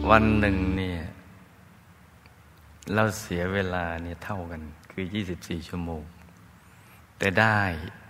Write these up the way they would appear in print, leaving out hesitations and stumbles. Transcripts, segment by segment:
วันหนึ่งเนี่ยเราเสียเวลาเนี่ยเท่ากันคือ24 ชั่วโมงแต่ได้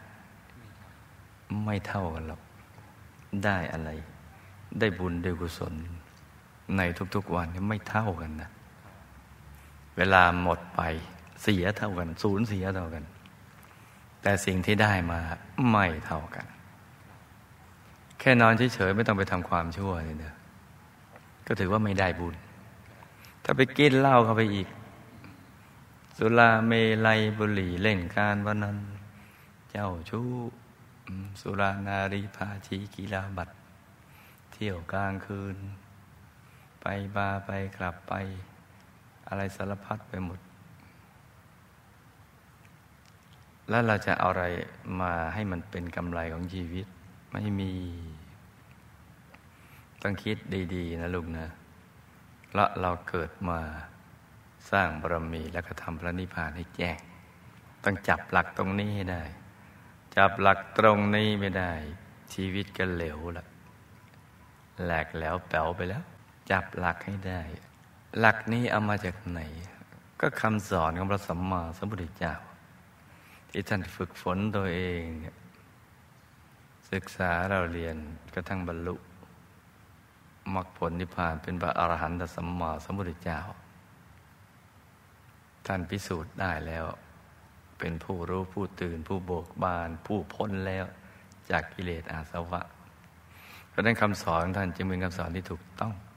ไม่เท่ากันหรอกได้อะไรได้บุญได้กุศลในทุกๆวันนี่ไม่เท่ากันนะเวลาหมดไปเสียเท่ากันสูญเสียเท่ากันแต่สิ่งที่ได้มาไม่เท่ากันแค่นอนเฉยๆไม่ต้องไปทำความชั่วเลยนะก็ถือว่าไม่ได้บุญถ้าไปกินเหล้าเข้าไปอีกสุราเมลัยบุหรี่เล่นการพนันเจ้าชู้สุรานารีพาชีกีฬาบัตรเที่ยวกลางคืนไปบาร์ไปกลับไปอะไรสารพัดไปหมดแล้วเราจะเอาอะไรมาให้มันเป็นกำไรของชีวิตไม่มีต้องคิดดีๆนะลูกนะแล้วเราเกิดมาสร้างบารมีแล้วก็ทำพระนิพพานให้แจ้งต้องจับหลักตรงนี้ให้ได้จับหลักตรงนี้ไม่ได้ชีวิตก็เหลวละแหลกแหลวแป๋วไปแล้วจับหลักให้ได้หลักนี้เอามาจากไหนก็คำสอนของพระสัมมาสัมพุทธเจ้าที่ท่านฝึกฝนตัวเองศึกษาเราเรียนกระทั่งบรรลุมรรคผลนิพพานเป็นพระอรหันตสัมมาสัมพุทธเจ้าท่านพิสูจน์ได้แล้วเป็นผู้รู้ผู้ตื่นผู้เบิกบานผู้พ้นแล้วจากกิเลสอาสวะเพราะฉะนั้นคำสอนของท่านจึงเป็นคำสอนที่ถูกต้อง